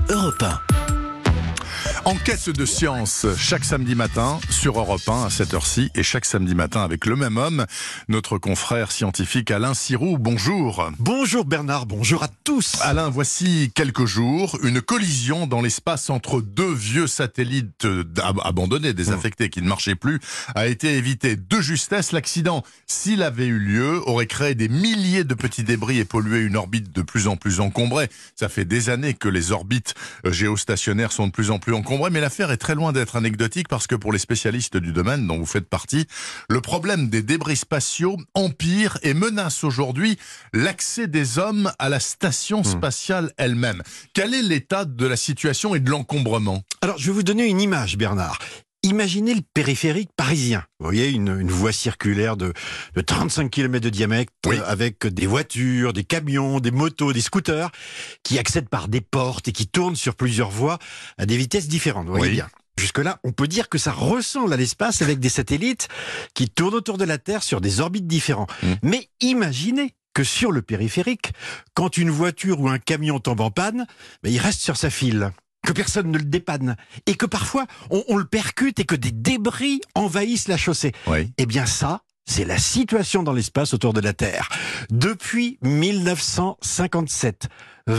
Europe 1. Enquête de science, chaque samedi matin sur Europe 1 à cette heure-ci et chaque samedi matin avec le même homme, notre confrère scientifique Alain Sirou. Bonjour. Bonjour Bernard, bonjour à tous. Alain, voici quelques jours, une collision dans l'espace entre deux vieux satellites abandonnés, désaffectés, qui ne marchaient plus, a été évitée de justesse. L'accident, s'il avait eu lieu, aurait créé des milliers de petits débris et pollué une orbite de plus en plus encombrée. Ça fait des années que les orbites géostationnaires sont de plus en plus encombrées, mais l'affaire est très loin d'être anecdotique parce que pour les spécialistes du domaine dont vous faites partie, le problème des débris spatiaux empire et menace aujourd'hui l'accès des hommes à la station spatiale elle-même. Quel est l'état de la situation et de l'encombrement ? Alors je vais vous donner une image Bernard. Imaginez le périphérique parisien. Vous voyez, une voie circulaire de 35 km de diamètre, avec des voitures, des camions, des motos, des scooters, qui accèdent par des portes et qui tournent sur plusieurs voies à des vitesses différentes. Vous voyez bien. Jusque-là, on peut dire que ça ressemble à l'espace avec des satellites qui tournent autour de la Terre sur des orbites différentes. Mais imaginez que sur le périphérique, quand une voiture ou un camion tombe en panne, il reste sur sa file. Que personne ne le dépanne, et que parfois on le percute et que des débris envahissent la chaussée. Eh bien ça, c'est la situation dans l'espace autour de la Terre. Depuis 1957,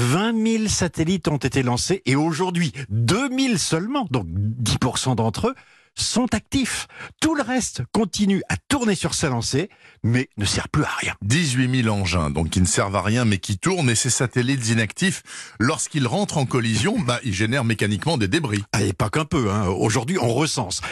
20 000 satellites ont été lancés et aujourd'hui, 2 000 seulement, donc 10% d'entre eux, sont actifs. Tout le reste continue à tourner sur sa lancée, mais ne sert plus à rien. 18 000 engins, donc qui ne servent à rien, mais qui tournent, et ces satellites inactifs, lorsqu'ils rentrent en collision, ils génèrent mécaniquement des débris. Et pas qu'un peu, hein. Aujourd'hui, on recense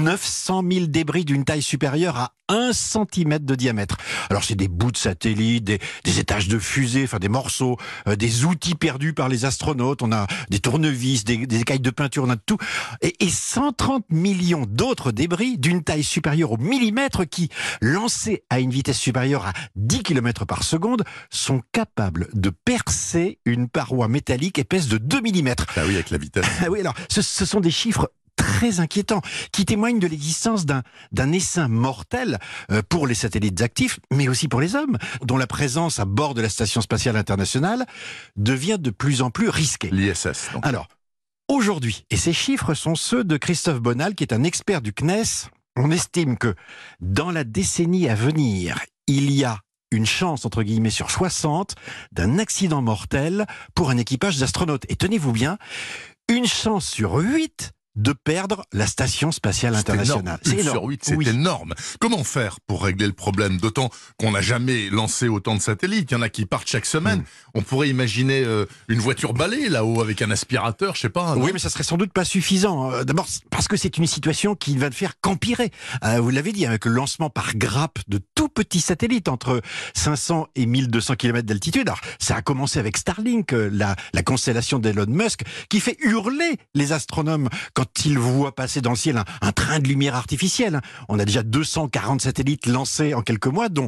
900 000 débris d'une taille supérieure à 1 cm de diamètre. Alors c'est des bouts de satellites, des étages de fusées, des morceaux, des outils perdus par les astronautes, on a des tournevis, des écailles de peinture, on a de tout. Et 130 millions d'autres débris d'une taille supérieure au millimètre qui, lancés à une vitesse supérieure à 10 km par seconde, sont capables de percer une paroi métallique épaisse de 2 mm. Ah oui, avec la vitesse. Ah oui, alors ce sont des chiffres très inquiétants, qui témoignent de l'existence d'un essaim mortel pour les satellites actifs, mais aussi pour les hommes, dont la présence à bord de la Station Spatiale Internationale devient de plus en plus risquée. L'ISS, donc. Alors, aujourd'hui, et ces chiffres sont ceux de Christophe Bonal, qui est un expert du CNES, on estime que dans la décennie à venir, il y a une chance, entre guillemets, sur 60 d'un accident mortel pour un équipage d'astronautes. Et tenez-vous bien, une chance sur 8 de perdre la Station Spatiale Internationale. C'est énorme. Sur 8, c'est énorme. Comment faire pour régler le problème ? D'autant qu'on n'a jamais lancé autant de satellites. Il y en a qui partent chaque semaine. On pourrait imaginer une voiture balai là-haut avec un aspirateur, je sais pas. Oui, mais ça serait sans doute pas suffisant. D'abord, parce que c'est une situation qui ne va ne faire qu'empirer. Vous l'avez dit, avec le lancement par grappe de tout petits satellites entre 500 et 1200 km d'altitude. Alors, ça a commencé avec Starlink, la constellation d'Elon Musk, qui fait hurler les astronomes quand ils voient passer dans le ciel un train de lumière artificielle. On a déjà 240 satellites lancés en quelques mois, dont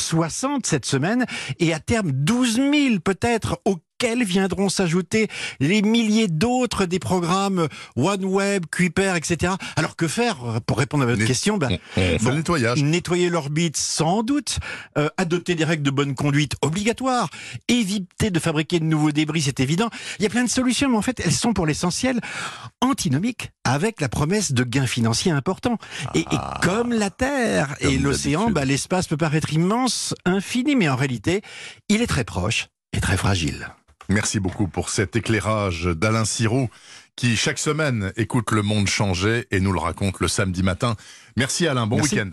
60 cette semaine, et à terme 12 000 peut-être, auxquels viendront s'ajouter les milliers d'autres des programmes OneWeb, Kuiper, etc. Alors que faire pour répondre à votre question ? On fait le nettoyage. Nettoyer l'orbite sans doute, adopter des règles de bonne conduite obligatoires, éviter de fabriquer de nouveaux débris, c'est évident. Il y a plein de solutions, mais en fait, elles sont pour l'essentiel antinomiques, avec la promesse de gains financiers importants. Et comme la Terre et l'océan, l'espace peut paraître immense, infini, mais en réalité, il est très proche et très fragile. Merci beaucoup pour cet éclairage d'Alain Sirou qui chaque semaine écoute le monde changer et nous le raconte le samedi matin. Merci Alain, bon week-end.